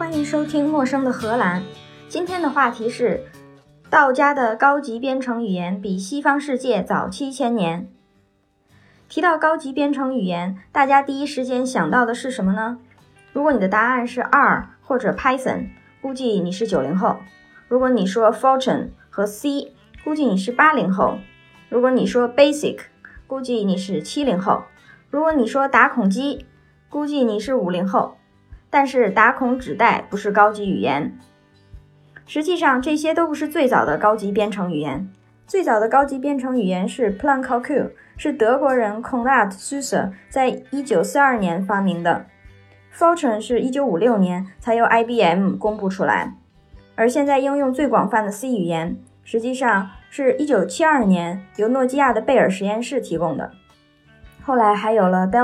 欢迎收听陌生的荷兰。今天的话题是道家的高级编程语言比西方世界早7000年。提到高级编程语言，大家第一时间想到的是什么呢？如果你的答案是 R 或者 Python， 估计你是90后。如果你说 Fortran 和 C， 估计你是80后。如果你说 Basic， 估计你是70后。如果你说打孔机，估计你是50后。但是打孔纸带不是高级语言。实际上这些都不是最早的高级编程语言。最早的高级编程语言是 Plankalkül， 是德国人 Konrad Zuse 在1942年发明的。Fortran 是1956年才由 IBM 公布出来。而现在应用最广泛的 C 语言，实际上是1972年由诺基亚的贝尔实验室提供的。后来还有了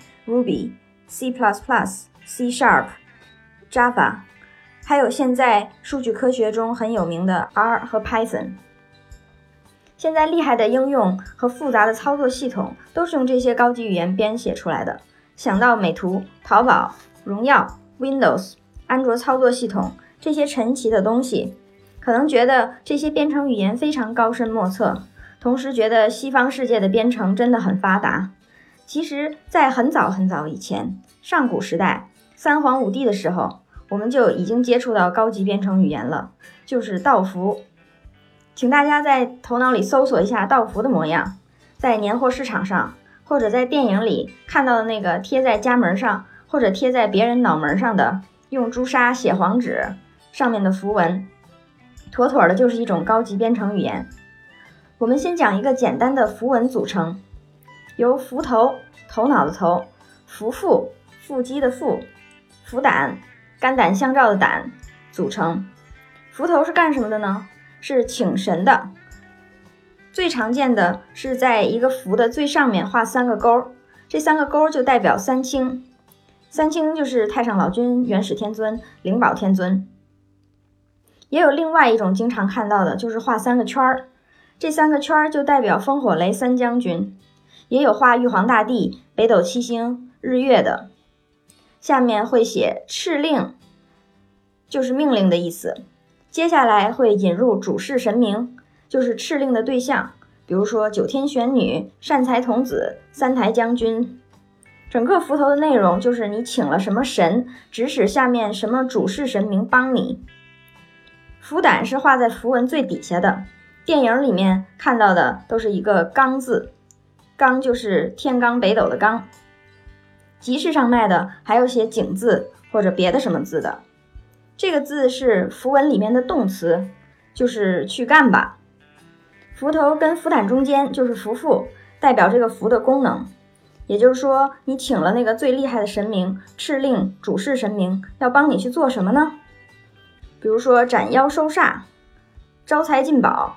Delphi、Ruby、C++、C#、Java， 还有现在数据科学中很有名的 R 和 Python。 现在厉害的应用和复杂的操作系统都是用这些高级语言编写出来的。想到美图、淘宝、荣耀、Windows、安卓操作系统这些神奇的东西，可能觉得这些编程语言非常高深莫测，同时觉得西方世界的编程真的很发达。其实在很早很早以前，上古时代三皇五帝的时候，我们就已经接触到高级编程语言了，就是道符。请大家在头脑里搜索一下道符的模样，在年货市场上或者在电影里看到的那个贴在家门上或者贴在别人脑门上的用朱砂写黄纸上面的符文，妥妥的就是一种高级编程语言。我们先讲一个简单的符文组成，由符头、头脑的头、符腹、腹肌的腹、符胆、肝胆相照的胆组成。符头是干什么的呢？是请神的。最常见的是在一个符的最上面画3个勾，这3个勾就代表三清。三清就是太上老君、元始天尊、灵宝天尊。也有另外一种经常看到的，就是画3个圈儿，这3个圈儿就代表风火雷三将军。也有画玉皇大帝、北斗七星、日月的，下面会写敕令，就是命令的意思。接下来会引入主事神明，就是敕令的对象，比如说九天玄女、善财童子、三台将军。整个符头的内容就是你请了什么神，指使下面什么主事神明帮你。符胆是画在符文最底下的，电影里面看到的都是一个刚字，刚就是天罡北斗的罡。集市上卖的还有写井字或者别的什么字的，这个字是符文里面的动词，就是去干吧。符头跟符胆中间就是符腹，代表这个符的功能。也就是说，你请了那个最厉害的神明，敕令主事神明要帮你去做什么呢？比如说斩妖收煞、招财进宝。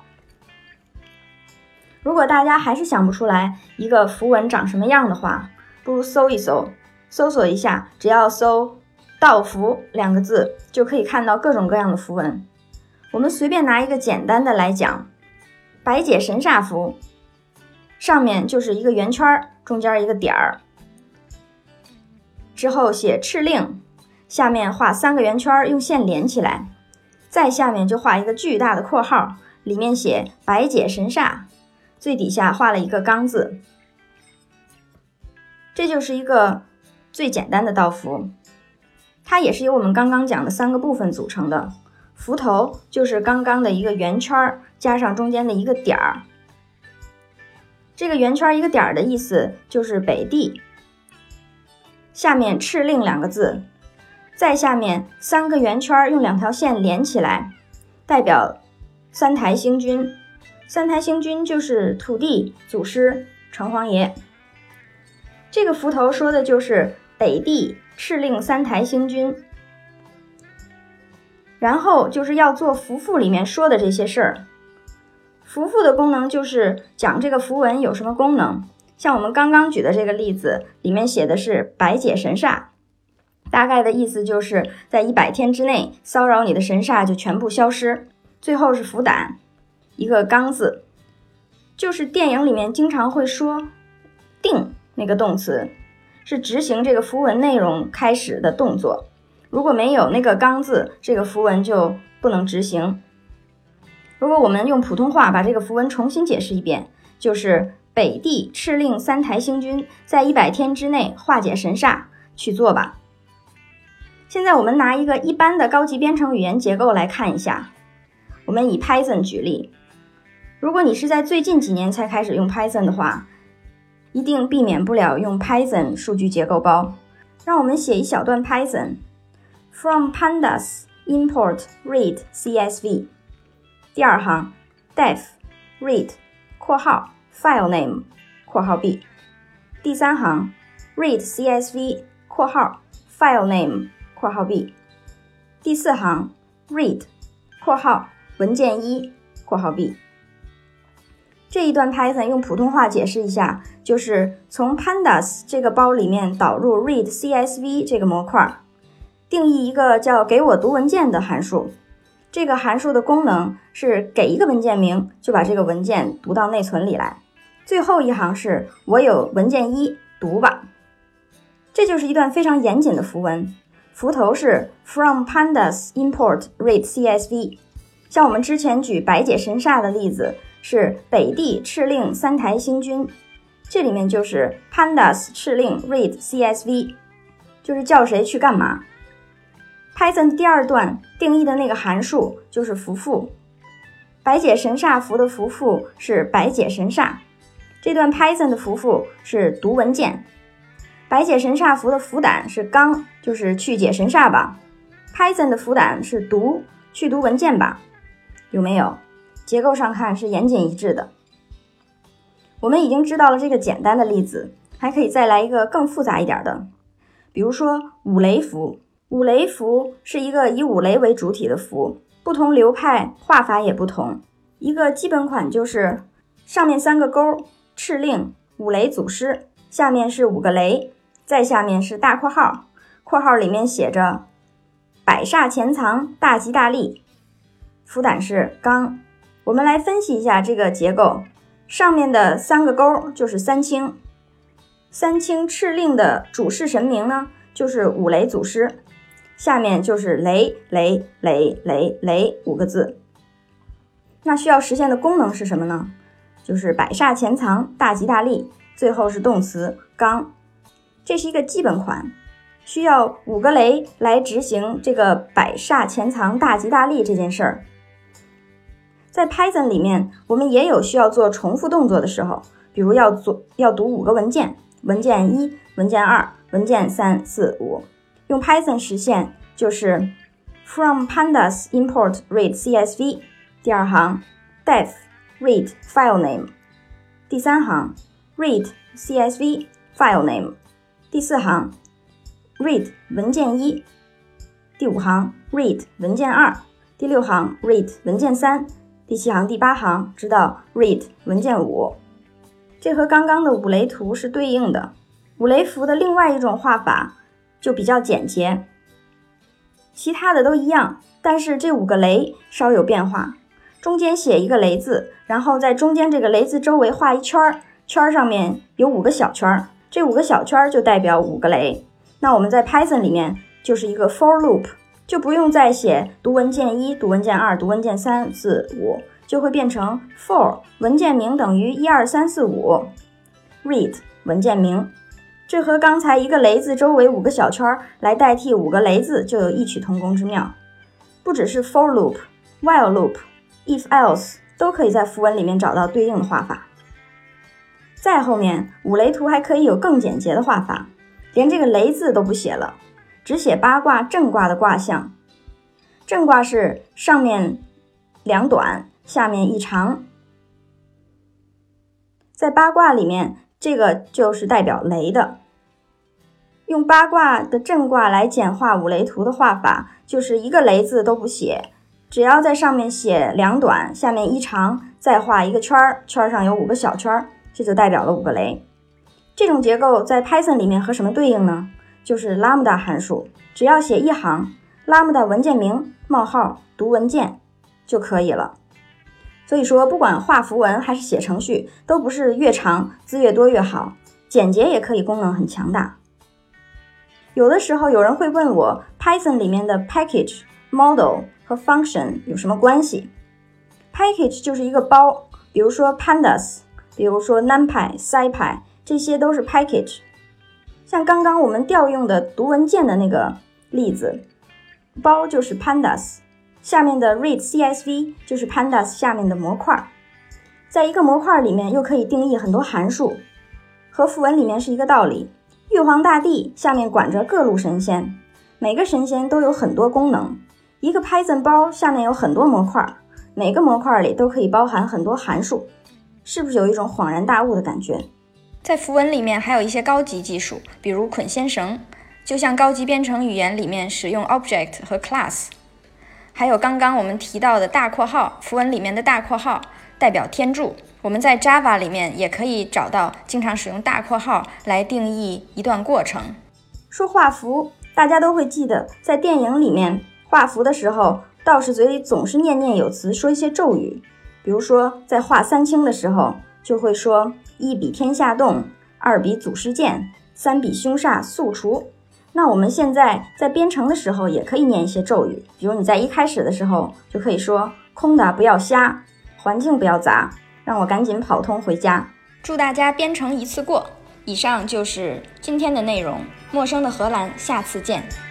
如果大家还是想不出来一个符文长什么样的话，不如搜一搜，搜索一下，只要搜道符2个字，就可以看到各种各样的符文。我们随便拿一个简单的来讲，白解神煞符，上面就是一个圆圈，中间一个点儿，之后写敕令，下面画3个圆圈，用线连起来，再下面就画一个巨大的括号，里面写白解神煞，最底下画了一个刚字。这就是一个最简单的道符，它也是由我们刚刚讲的3个部分组成的。符头就是刚刚的一个圆圈加上中间的一个点儿，这个圆圈一个点儿的意思就是北地。下面敕令2个字，再下面3个圆圈用2条线连起来，代表三台星君。三台星君就是土地、祖师、城隍爷。这个符头说的就是北地敕令三台星君。然后就是要做符腹里面说的这些事儿。符腹的功能就是讲这个符文有什么功能。像我们刚刚举的这个例子，里面写的是白解神煞，大概的意思就是在100天之内骚扰你的神煞就全部消失。最后是符胆，一个刚字，就是电影里面经常会说定那个动词，是执行这个符文内容开始的动作。 如果没有那个刚字，这个符文就不能执行。如果我们用普通话把这个符文重新解释一遍，就是北地敕令3台星君在100天之内化解神煞，去做吧。现在我们拿一个一般的高级编程语言结构来看一下。我们以 Python 举例，如果你是在最近几年才开始用 Python 的话，一定避免不了用 Python 数据结构包。让我们写一小段 Python from pandas import read CSV。第二行 def read括号 file name 括号 b。第三行 read CSV 括号 file name 括号 b。第四行 read 括号文件一括号 b。这一段 Python 用普通话解释一下，就是从 pandas 这个包里面导入 read CSV 这个模块，定义一个叫给我读文件的函数。这个函数的功能是给一个文件名，就把这个文件读到内存里来。最后一行是我有文件一，读吧。这就是一段非常严谨的符文。符头是 from pandas import read CSV。像我们之前举白解神煞的例子，是北地敕令3台星君，这里面就是 pandas 敕令 read CSV， 就是叫谁去干嘛。Python 第二段定义的那个函数就是符赋，白解神煞符的符赋是白解神煞，这段 Python 的符赋是读文件。白解神煞符的符胆是刚，就是去解神煞吧。Python 的符胆是读，去读文件吧。有没有？结构上看是严谨一致的。我们已经知道了这个简单的例子，还可以再来一个更复杂一点的，比如说五雷符。五雷符是一个以五雷为主体的符，不同流派画法也不同。一个基本款就是上面3个勾，敕令五雷祖师，下面是5个雷，再下面是大括号，括号里面写着百煞潜藏，大吉大利。符胆是刚。我们来分析一下这个结构，上面的3个勾就是三清，三清敕令的主事神明呢就是五雷祖师，下面就是雷雷雷雷雷5个字。那需要实现的功能是什么呢？就是百煞潜藏，大吉大利，最后是动词刚。这是一个基本款，需要5个雷来执行这个百煞潜藏，大吉大利这件事儿。在 Python 里面，我们也有需要做重复动作的时候，比如要读5个文件，文件1、文件2、文件3、4、5。用 Python 实现就是 from pandas import read CSV， 第二行 def read file name， 第三行 read CSV file name， 第四行 read 文件1，第5行 read 文件2，第6行 read 文件3，第7行第8行直到 read 文件5。这和刚刚的五雷图是对应的。五雷符的另外一种画法就比较简洁，其他的都一样，但是这5个雷稍有变化。中间写一个雷字，然后在中间这个雷字周围画一圈，圈上面有5个小圈，这5个小圈就代表5个雷。那我们在 Python 里面就是一个 for loop， 就不用再写读文件1、读文件2、读文件3、4、5，就会变成 for 文件名等于1、2、3、4、5 read 文件名。这和刚才一个雷字周围5个小圈来代替5个雷字就有异曲同工之妙。不只是 for loop、while loop、if-else 都可以在符文里面找到对应的画法。再后面五雷图还可以有更简洁的画法，连这个雷字都不写了，只写八卦正卦的卦象。正卦是上面2短，下面1长。在八卦里面，这个就是代表雷的。用八卦的正卦来简化五雷图的画法，就是一个雷字都不写，只要在上面写2短，下面1长，再画一个圈，圈上有5个小圈，这就代表了5个雷。这种结构在 Python 里面和什么对应呢？就是 lambda 函数，只要写1行 lambda 文件名冒号读文件就可以了。所以说不管画符文还是写程序，都不是越长字越多越好，简洁也可以功能很强大。 有的时候有人会问我 Python 里面的 package、model 和 function 有什么关系？ Package 就是一个包，比如说 pandas， 比如说 numpy、scipy， 这些都是 package。像刚刚我们调用的读文件的那个例子，包就是 pandas， 下面的 read CSV 就是 pandas 下面的模块。在一个模块里面又可以定义很多函数，和符文里面是一个道理。玉皇大帝下面管着各路神仙，每个神仙都有很多功能。一个 Python 包下面有很多模块，每个模块里都可以包含很多函数，是不是有一种恍然大悟的感觉？ 在符文里面还有一些高级技术，比如捆仙绳，就像高级编程语言里面使用 object 和 class。还有刚刚我们提到的大括号，符文里面的大括号代表天柱。我们在 Java 里面也可以找到经常使用大括号来定义一段过程。 说画符，大家都会记得，在电影里面画符的时候，道士嘴里总是念念有词，说一些咒语。比如说在画三清的时候，就会说一比天下动，二比祖师剑，三比凶煞速除。那我们现在在编程的时候也可以念一些咒语，比如你在一开始的时候就可以说空的不要瞎，环境不要杂，让我赶紧跑通回家。 祝大家编程一次过。以上就是今天的内容，陌生的荷兰，下次见。